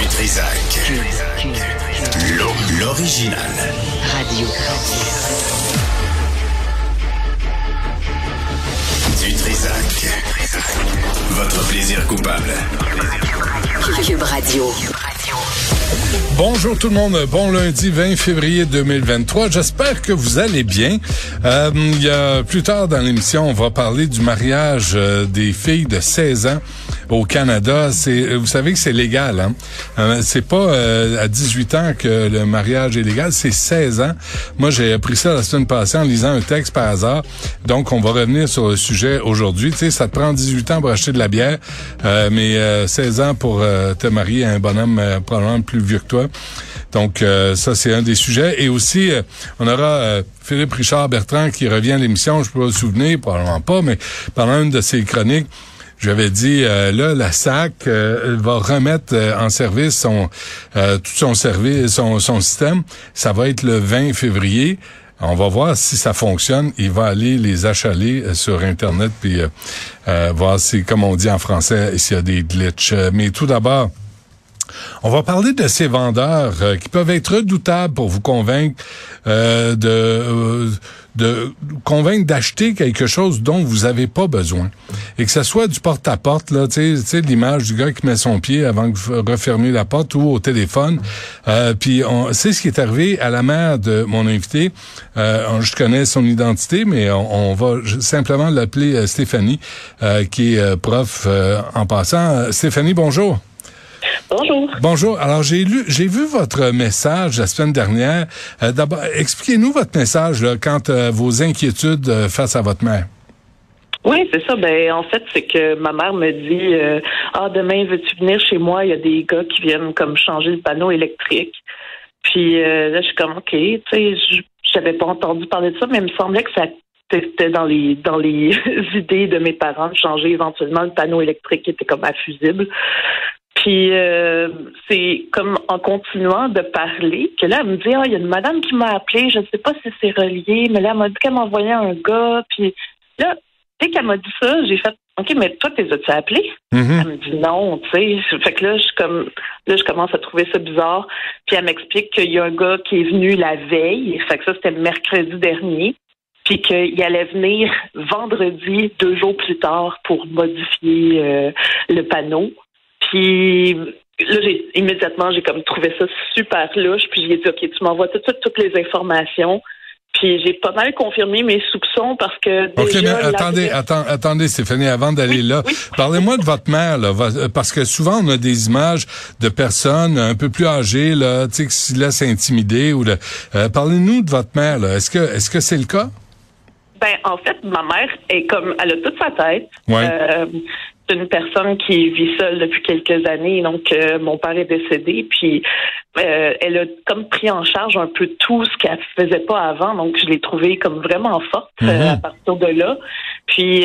Du Trizac. L'original. Radio. Du Trizac. Votre plaisir coupable. Cube Radio. Bonjour tout le monde, bon lundi 20 février 2023, j'espère que vous allez bien. Il y a plus tard dans l'émission, on va parler du mariage des filles de 16 ans au Canada. Vous savez que c'est légal, hein? C'est pas à 18 ans que le mariage est légal, c'est 16 ans. Moi, j'ai appris ça la semaine passée en lisant un texte par hasard. Donc, on va revenir sur le sujet aujourd'hui. Tu sais, ça te prend 18 ans pour acheter de la bière, mais 16 ans pour te marier à un bonhomme probablement plus vieux que toi. Donc, ça, c'est un des sujets. Et aussi, on aura Philippe Richard Bertrand qui revient à l'émission. Je peux pas me souvenir, probablement pas, mais pendant une de ses chroniques, j'avais dit, là, la SAC va remettre en service tout son service, son système. Ça va être le 20 février. On va voir si ça fonctionne. Il va aller les achaler sur Internet puis voir si, comme on dit en français, s'il y a des glitches. Mais tout d'abord, on va parler de ces vendeurs qui peuvent être redoutables pour vous convaincre de convaincre d'acheter quelque chose dont vous avez pas besoin. Et que ce soit du porte-à-porte, là, tu sais l'image du gars qui met son pied avant de refermer la porte ou au téléphone. Puis c'est ce qui est arrivé à la mère de mon invité. Je connais son identité, mais on va simplement l'appeler Stéphanie, qui est prof en passant. Stéphanie, bonjour. Bonjour. Bonjour. Alors, j'ai vu votre message la semaine dernière. D'abord, expliquez-nous votre message là, quant à vos inquiétudes face à votre mère. Oui, c'est ça. Ben, en fait, c'est que ma mère me dit demain, veux-tu venir chez moi? Il y a des gars qui viennent comme changer le panneau électrique. Puis là, je suis comme OK, tu sais, j'avais pas entendu parler de ça, mais il me semblait que ça était dans les idées de mes parents de changer éventuellement le panneau électrique qui était comme infusible. Puis c'est comme en continuant de parler que là, elle me dit il y a une madame qui m'a appelé, je ne sais pas si c'est relié, mais là, elle m'a dit qu'elle m'envoyait un gars. Puis là, dès qu'elle m'a dit ça, j'ai fait OK, mais toi, t'es as-tu appelé? Elle me dit non, tu sais. Fait que là, je commence à trouver ça bizarre. Puis elle m'explique qu'il y a un gars qui est venu la veille. Fait que ça, c'était mercredi dernier. Puis qu'il allait venir vendredi, 2 jours plus tard, pour modifier le panneau. Puis là, immédiatement, j'ai comme trouvé ça super louche. Puis j'ai dit, OK, tu m'envoies tout de suite toutes les informations. Puis j'ai pas mal confirmé mes soupçons parce que déjà... OK, mais attendez, Stéphanie, avant d'aller là. Oui. Parlez-moi de votre mère, là, parce que souvent, on a des images de personnes un peu plus âgées, là, tu sais, qui se laissent intimider. Parlez-nous de votre mère, là. Est-ce que c'est le cas? Ben, en fait, ma mère est comme... Elle a toute sa tête. Ouais. C'est une personne qui vit seule depuis quelques années. Donc, mon père est décédé, puis elle a comme pris en charge un peu tout ce qu'elle faisait pas avant. Donc, je l'ai trouvée comme vraiment forte à partir de là. Puis,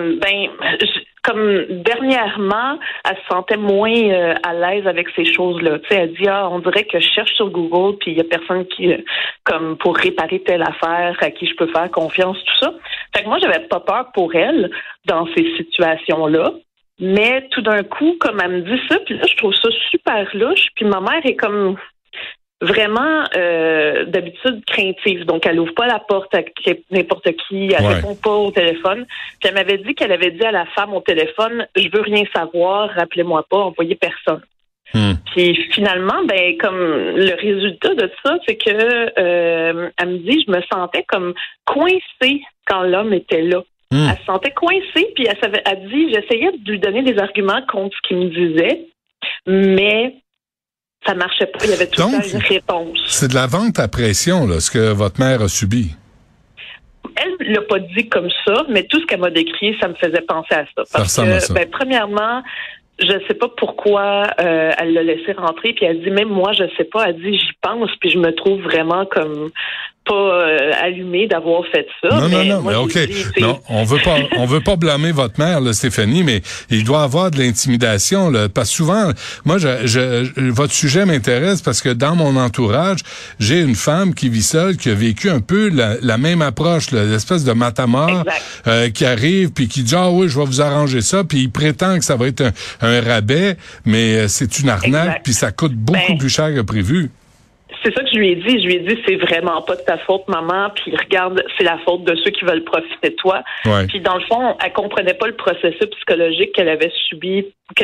comme dernièrement, elle se sentait moins à l'aise avec ces choses-là. Tu sais, elle dit on dirait que je cherche sur Google, puis il y a personne qui comme pour réparer telle affaire à qui je peux faire confiance, tout ça. Fait que moi, j'avais pas peur pour elle dans ces situations-là. Mais tout d'un coup, comme elle me dit ça, puis là, je trouve ça super louche. Puis ma mère est comme vraiment d'habitude craintive. Donc, elle ouvre pas la porte à n'importe qui, elle répond pas au téléphone. Puis elle m'avait dit qu'elle avait dit à la femme au téléphone, je veux rien savoir, rappelez-moi pas, envoyez personne. Puis finalement, ben comme le résultat de ça, c'est que elle me dit, je me sentais comme coincée quand l'homme était là. Elle se sentait coincée, puis elle dit, j'essayais de lui donner des arguments contre ce qu'il me disait, mais ça marchait pas. Il y avait tout le temps une réponse. C'est de la vente à pression, là, ce que votre mère a subi. Elle l'a pas dit comme ça, mais tout ce qu'elle m'a décrit, ça me faisait penser à ça. Parce que, ben, premièrement, je sais pas pourquoi elle l'a laissé rentrer, puis elle dit, même moi, je sais pas, elle dit, j'y pense, puis je me trouve vraiment comme allumé d'avoir fait ça. Non, moi, mais OK. Non, on veut pas blâmer votre mère, là, Stéphanie, mais il doit y avoir de l'intimidation, là, parce que souvent, moi, votre sujet m'intéresse parce que dans mon entourage, j'ai une femme qui vit seule, qui a vécu un peu la même approche, là, l'espèce de matamor qui arrive puis qui dit oui, je vais vous arranger ça, puis il prétend que ça va être un rabais, mais c'est une arnaque, puis ça coûte beaucoup plus cher que prévu. C'est ça que je lui ai dit. Je lui ai dit, c'est vraiment pas de ta faute, maman. Puis regarde, c'est la faute de ceux qui veulent profiter de toi. Ouais. Puis dans le fond, elle comprenait pas le processus psychologique qu'elle avait subi,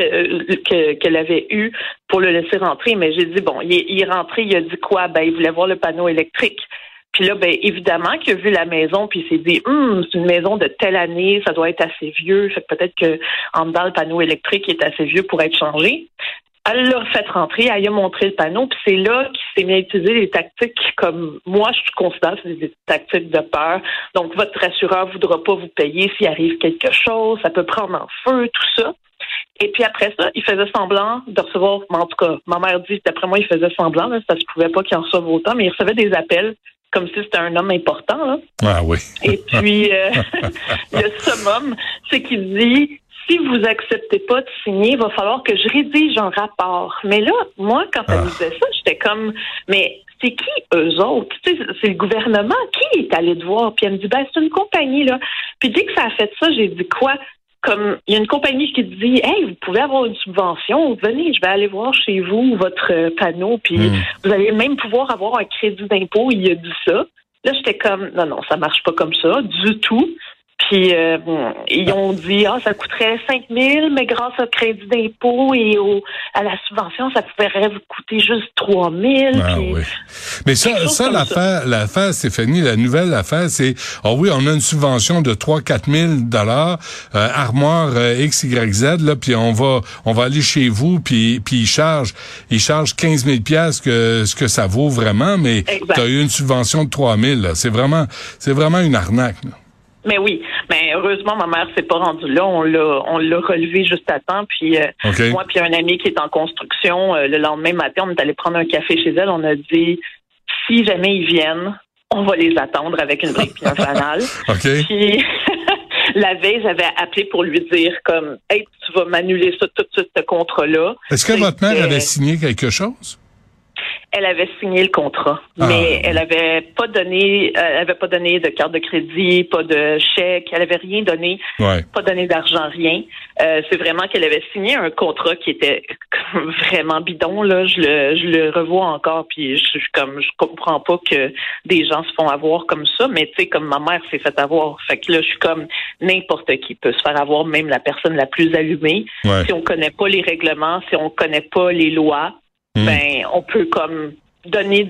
qu'elle avait eu pour le laisser rentrer. Mais j'ai dit, bon, il est rentré, il a dit quoi? Il voulait voir le panneau électrique. Puis là, évidemment qu'il a vu la maison, puis il s'est dit, c'est une maison de telle année, ça doit être assez vieux. Fait que peut-être que en dedans, le panneau électrique est assez vieux pour être changé. Elle l'a fait rentrer, elle a montré le panneau, puis c'est là qu'il s'est mis à utiliser des tactiques comme moi, je considère que c'est des tactiques de peur. Donc, votre assureur voudra pas vous payer s'il arrive quelque chose, ça peut prendre en feu, tout ça. Et puis après ça, il faisait semblant de recevoir, en tout cas, ma mère dit, d'après moi, il faisait semblant, là, ça se pouvait pas qu'il en reçoive autant, mais il recevait des appels comme si c'était un homme important, là. Ah oui. Et puis, le summum, c'est qu'il dit, si vous acceptez pas de signer, il va falloir que je rédige un rapport. Mais là, moi, quand elle me disait ça, j'étais comme, mais c'est qui eux autres? Tu sais, c'est le gouvernement. Qui est allé te voir? Puis elle me dit, c'est une compagnie, là. Puis dès que ça a fait ça, j'ai dit quoi? Comme, il y a une compagnie qui te dit, hey, vous pouvez avoir une subvention, venez, je vais aller voir chez vous votre panneau, puis vous allez même pouvoir avoir un crédit d'impôt. Il a dit ça. Là, j'étais comme, non, ça marche pas comme ça, du tout. Puis ils ont dit ça coûterait 5 000, mais grâce au crédit d'impôt et à la subvention, ça pourrait vous coûter juste 3 000. Oui. Mais ça l'affaire, Stéphanie, la nouvelle affaire, c'est oui, on a une subvention de 3-4 000 armoire XYZ, là, puis on va aller chez vous, puis ils chargent 15 000 piastres que ce que ça vaut vraiment, mais tu as eu une subvention de 3 000. Là. C'est vraiment une arnaque. Là. Mais oui, mais heureusement, ma mère s'est pas rendue là. On l'a relevé juste à temps. Puis moi, puis un ami qui est en construction, le lendemain matin, on est allé prendre un café chez elle. On a dit, si jamais ils viennent, on va les attendre avec une brique puis un fanal. Puis la veille, j'avais appelé pour lui dire comme, hey, tu vas m'annuler ça tout de suite, ce contrat-là. Est-ce que votre mère avait signé quelque chose? Elle avait signé le contrat, mais elle avait pas donné de carte de crédit, pas de chèque, elle avait rien donné, pas donné d'argent, rien. C'est vraiment qu'elle avait signé un contrat qui était vraiment bidon, là. Je le revois encore, puis je comprends pas que des gens se font avoir comme ça, mais tu sais, comme ma mère s'est fait avoir. Fait que là, je suis comme n'importe qui peut se faire avoir, même la personne la plus allumée. Si on connaît pas les règlements, si on connaît pas les lois, on peut comme donner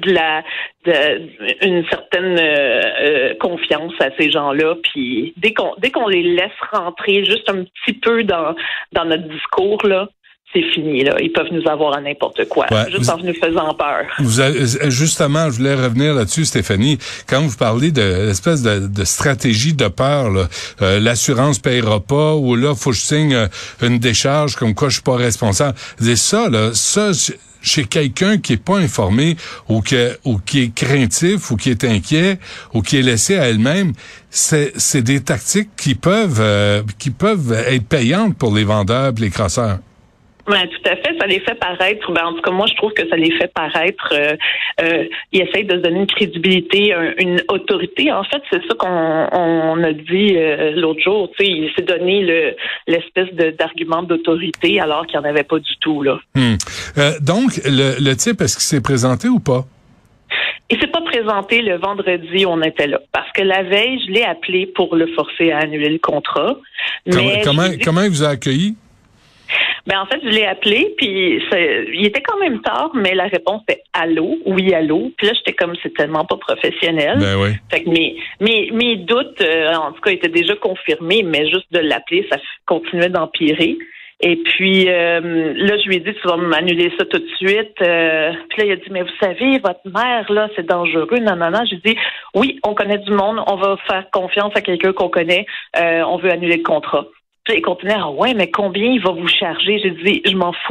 une certaine confiance à ces gens-là. Puis dès qu'on les laisse rentrer juste un petit peu dans notre discours, là, c'est fini, là. Ils peuvent nous avoir à n'importe quoi, juste en nous faisant peur. Justement, je voulais revenir là-dessus, Stéphanie. Quand vous parlez de l'espèce de stratégie de peur, là, l'assurance payera pas, ou là, faut que je signe une décharge comme quoi je suis pas responsable. C'est ça, là, chez quelqu'un qui est pas informé ou qui est craintif ou qui est inquiet ou qui est laissé à elle-même, c'est des tactiques qui peuvent être payantes pour les vendeurs et les crasseurs. Oui, tout à fait. Ça les fait paraître. En tout cas, moi, je trouve que ça les fait paraître. Ils essayent de se donner une crédibilité, une autorité. En fait, c'est ça qu'on a dit l'autre jour. Tu sais, il s'est donné l'espèce d'argument d'autorité alors qu'il n'y en avait pas du tout, là. Donc, le type, est-ce qu'il s'est présenté ou pas? Il s'est pas présenté le vendredi où on était là. Parce que la veille, je l'ai appelé pour le forcer à annuler le contrat. Comment il vous a accueilli? En fait, je l'ai appelé, puis il était quand même tard, mais la réponse était allô, oui, allô. Puis là, j'étais comme, c'est tellement pas professionnel. Oui. Fait que mes doutes, en tout cas, étaient déjà confirmés, mais juste de l'appeler, ça continuait d'empirer. Et puis là, je lui ai dit, tu vas m'annuler ça tout de suite. Puis là, il a dit, mais vous savez, votre mère, là, c'est dangereux, non. J'ai dit, oui, on connaît du monde, on va faire confiance à quelqu'un qu'on connaît, on veut annuler le contrat. Puis il continuait, mais combien il va vous charger? J'ai dit, je m'en fous.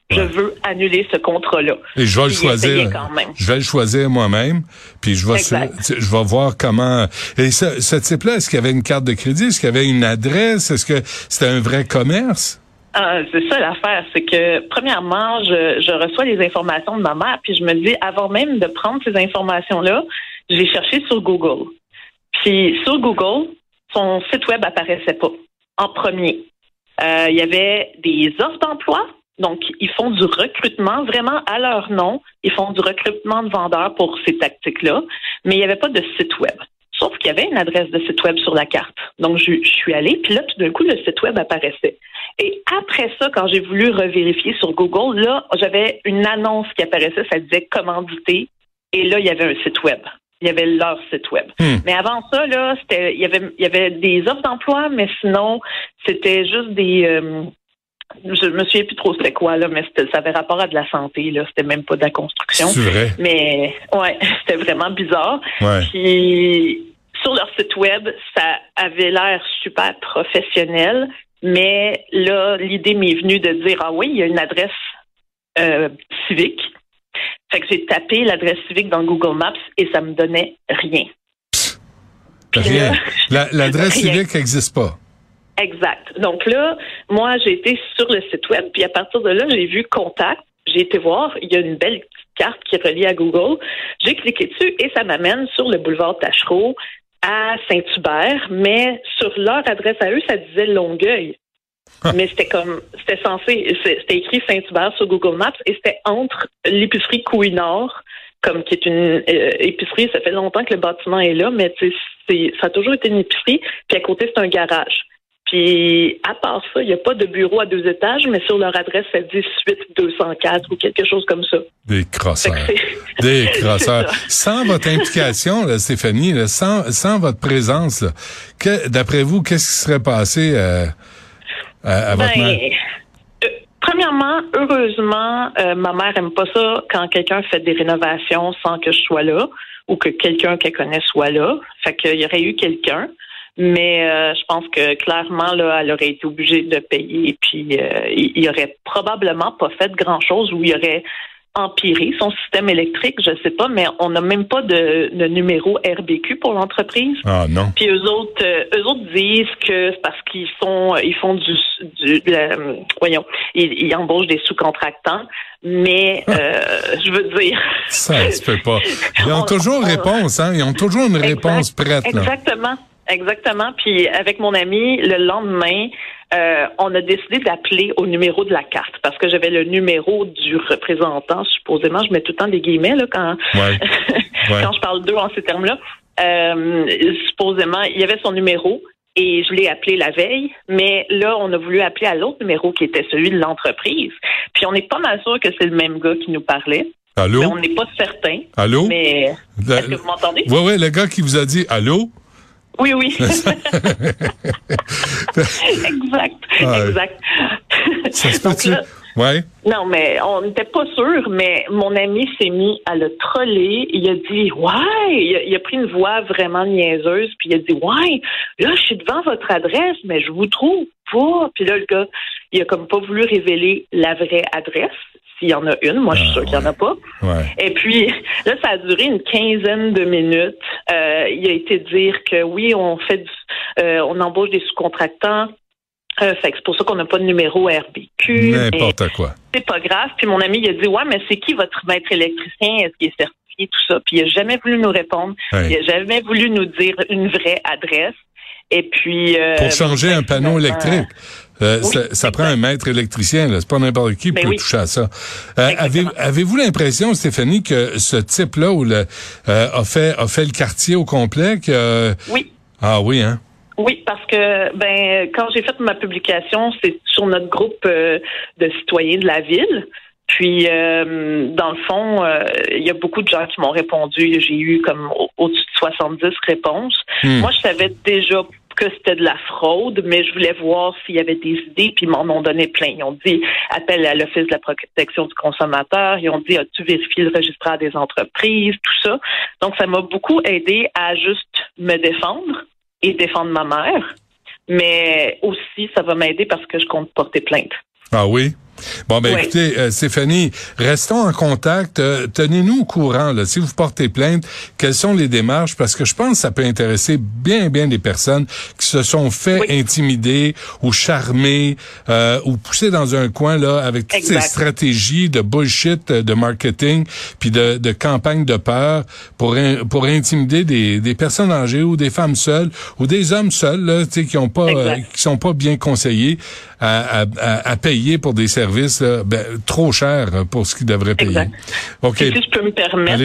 Je veux annuler ce contrat-là. Et je vais le choisir. Je vais le choisir moi-même, puis je vais voir comment. Et ce type-là, est-ce qu'il y avait une carte de crédit? Est-ce qu'il y avait une adresse? Est-ce que c'était un vrai commerce? C'est ça l'affaire, c'est que premièrement, je reçois les informations de ma mère, puis je me dis, avant même de prendre ces informations-là, je l'ai cherché sur Google. Puis sur Google, son site web apparaissait pas en premier. Il y avait des offres d'emploi. Donc, ils font du recrutement vraiment à leur nom. Ils font du recrutement de vendeurs pour ces tactiques-là, mais il n'y avait pas de site web. Sauf qu'il y avait une adresse de site web sur la carte. Donc, je suis allée, puis là, tout d'un coup, le site web apparaissait. Et après ça, quand j'ai voulu revérifier sur Google, là, j'avais une annonce qui apparaissait, ça disait « commandité », et là, il y avait un site web. Il y avait leur site web. Mais avant ça, là, il y avait des offres d'emploi, mais sinon, c'était juste des... je me souviens plus trop c'était quoi, là, mais ça avait rapport à de la santé, là. C'était même pas de la construction. C'est vrai? Mais, ouais, c'était vraiment bizarre. Ouais. Puis, sur leur site web, ça avait l'air super professionnel, mais là, l'idée m'est venue de dire, ah oui, il y a une adresse civique. Fait que j'ai tapé l'adresse civique dans Google Maps et ça me donnait rien. Rien. L'adresse civique n'existe pas. Exact. Donc là, moi, j'ai été sur le site web, puis à partir de là, j'ai vu contact. J'ai été voir, il y a une belle petite carte qui est reliée à Google. J'ai cliqué dessus et ça m'amène sur le boulevard Taschereau à Saint-Hubert, mais sur leur adresse à eux, ça disait Longueuil. Mais c'était écrit Saint-Hubert sur Google Maps et c'était entre l'épicerie Couille-Nord, comme qui est une épicerie, ça fait longtemps que le bâtiment est là, mais ça a toujours été une épicerie, puis à côté, c'est un garage. Puis, à part ça, il n'y a pas de bureau à 2 étages, mais sur leur adresse, ça dit suite 204 ou quelque chose comme ça. Des crosseurs. Des crosseurs. Sans votre implication, là, Stéphanie, là, sans votre présence, là, d'après vous, qu'est-ce qui serait passé à votre mère? Premièrement, heureusement, ma mère aime pas ça quand quelqu'un fait des rénovations sans que je sois là ou que quelqu'un qu'elle connaît soit là. Fait qu'il y aurait eu quelqu'un. Mais je pense que clairement, là, elle aurait été obligée de payer. Puis il aurait probablement pas fait grand-chose ou il aurait empiré son système électrique, je sais pas, mais on n'a même pas de numéro RBQ pour l'entreprise. Ah non. Puis eux autres disent que c'est parce qu'ils font ils embauchent des sous-contractants. Mais je veux dire, ça se peut pas. Ils ont toujours réponse, hein. Ils ont toujours une réponse prête. Là. Exactement. Puis avec mon ami, le lendemain, on a décidé d'appeler au numéro de la carte parce que j'avais le numéro du représentant. Supposément, je mets tout le temps des guillemets là quand quand je parle d'eux en ces termes-là. Supposément, il y avait son numéro et je l'ai appelé la veille. Mais là, on a voulu appeler à l'autre numéro qui était celui de l'entreprise. Puis on est pas mal sûr que c'est le même gars qui nous parlait. Allô? Mais on n'est pas certain. Allô? Mais est-ce que vous m'entendez? Oui, le gars qui vous a dit allô? Oui. Exact. Ça se peut-tu? Ouais. Non, mais on n'était pas sûr, mais mon ami s'est mis à le troller. Il a dit, ouais, il a pris une voix vraiment niaiseuse, puis il a dit, ouais, là, je suis devant votre adresse, mais je vous trouve pas. Puis là, le gars, il a comme pas voulu révéler la vraie adresse. S'il y en a une, moi je suis sûre qu'il n'y en a pas. Ouais. Et puis là, ça a duré une quinzaine de minutes. Il a été dire que oui, on embauche des sous-contractants. Fait que c'est pour ça qu'on n'a pas de numéro RBQ. N'importe quoi. C'est pas grave. Puis mon ami, il a dit, ouais, mais c'est qui votre maître électricien? Est-ce qu'il est certifié? Tout ça. Puis il a jamais voulu nous répondre. Ouais. Il a jamais voulu nous dire une vraie adresse. Et puis pour changer un panneau électrique, ça prend un maître électricien. Là. C'est pas n'importe qui qui peut toucher à ça. Avez-vous l'impression, Stéphanie, que ce type-là a fait le quartier au complet? Oui. Ah oui, hein? Oui, parce que quand j'ai fait ma publication, c'est sur notre groupe de citoyens de la ville. Puis, dans le fond, il y a beaucoup de gens qui m'ont répondu. J'ai eu comme au-dessus de 70 réponses. Moi, je savais déjà que c'était de la fraude, mais je voulais voir s'il y avait des idées, puis ils m'en ont donné plein. Ils ont dit, appelle à l'Office de la protection du consommateur. Ils ont dit, as-tu vérifié le registraire des entreprises, tout ça. Donc, ça m'a beaucoup aidé à juste me défendre et défendre ma mère. Mais aussi, ça va m'aider parce que je compte porter plainte. Ah oui? Bon, ben écoutez, Stéphanie, restons en contact. Tenez-nous au courant. Là, si vous portez plainte, quelles sont les démarches? Parce que je pense que ça peut intéresser bien des personnes qui se sont fait intimider ou charmer ou pousser dans un coin là avec toutes ces stratégies de bullshit, de marketing, puis de campagne de peur pour intimider des personnes âgées ou des femmes seules ou des hommes seuls là, tu sais, qui sont pas bien conseillés à payer pour des services trop chers pour ce qu'ils devraient payer. Exact. Okay. Et si je peux me permettre,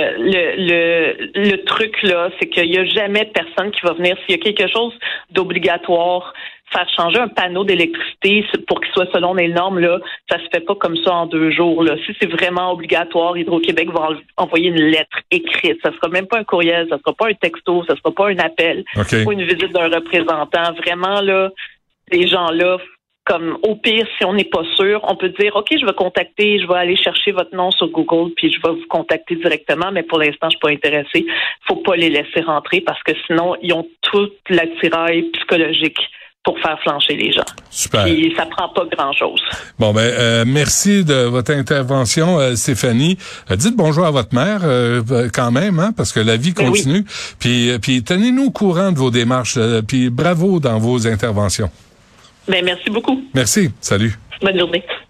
le truc là, c'est qu'il y a jamais personne qui va venir s'il y a quelque chose d'obligatoire. Faire changer un panneau d'électricité pour qu'il soit selon les normes, là, ça se fait pas comme ça en 2 jours. Là. Si c'est vraiment obligatoire, Hydro-Québec va envoyer une lettre écrite. Ça sera même pas un courriel, ça sera pas un texto, ça sera pas un appel ou une visite d'un représentant. Vraiment, là, les gens-là, comme au pire, si on n'est pas sûr, on peut dire, OK, je vais aller chercher votre nom sur Google, puis je vais vous contacter directement, mais pour l'instant, je suis pas intéressée. Faut pas les laisser rentrer parce que sinon, ils ont toute l'attirail psychologique pour faire flancher les gens. Super. Puis ça prend pas grand-chose. Bon, merci de votre intervention, Stéphanie. Dites bonjour à votre mère quand même, hein, parce que la vie continue. Oui. Puis tenez-nous au courant de vos démarches, puis bravo dans vos interventions. Merci beaucoup. Merci. Salut. Bonne journée.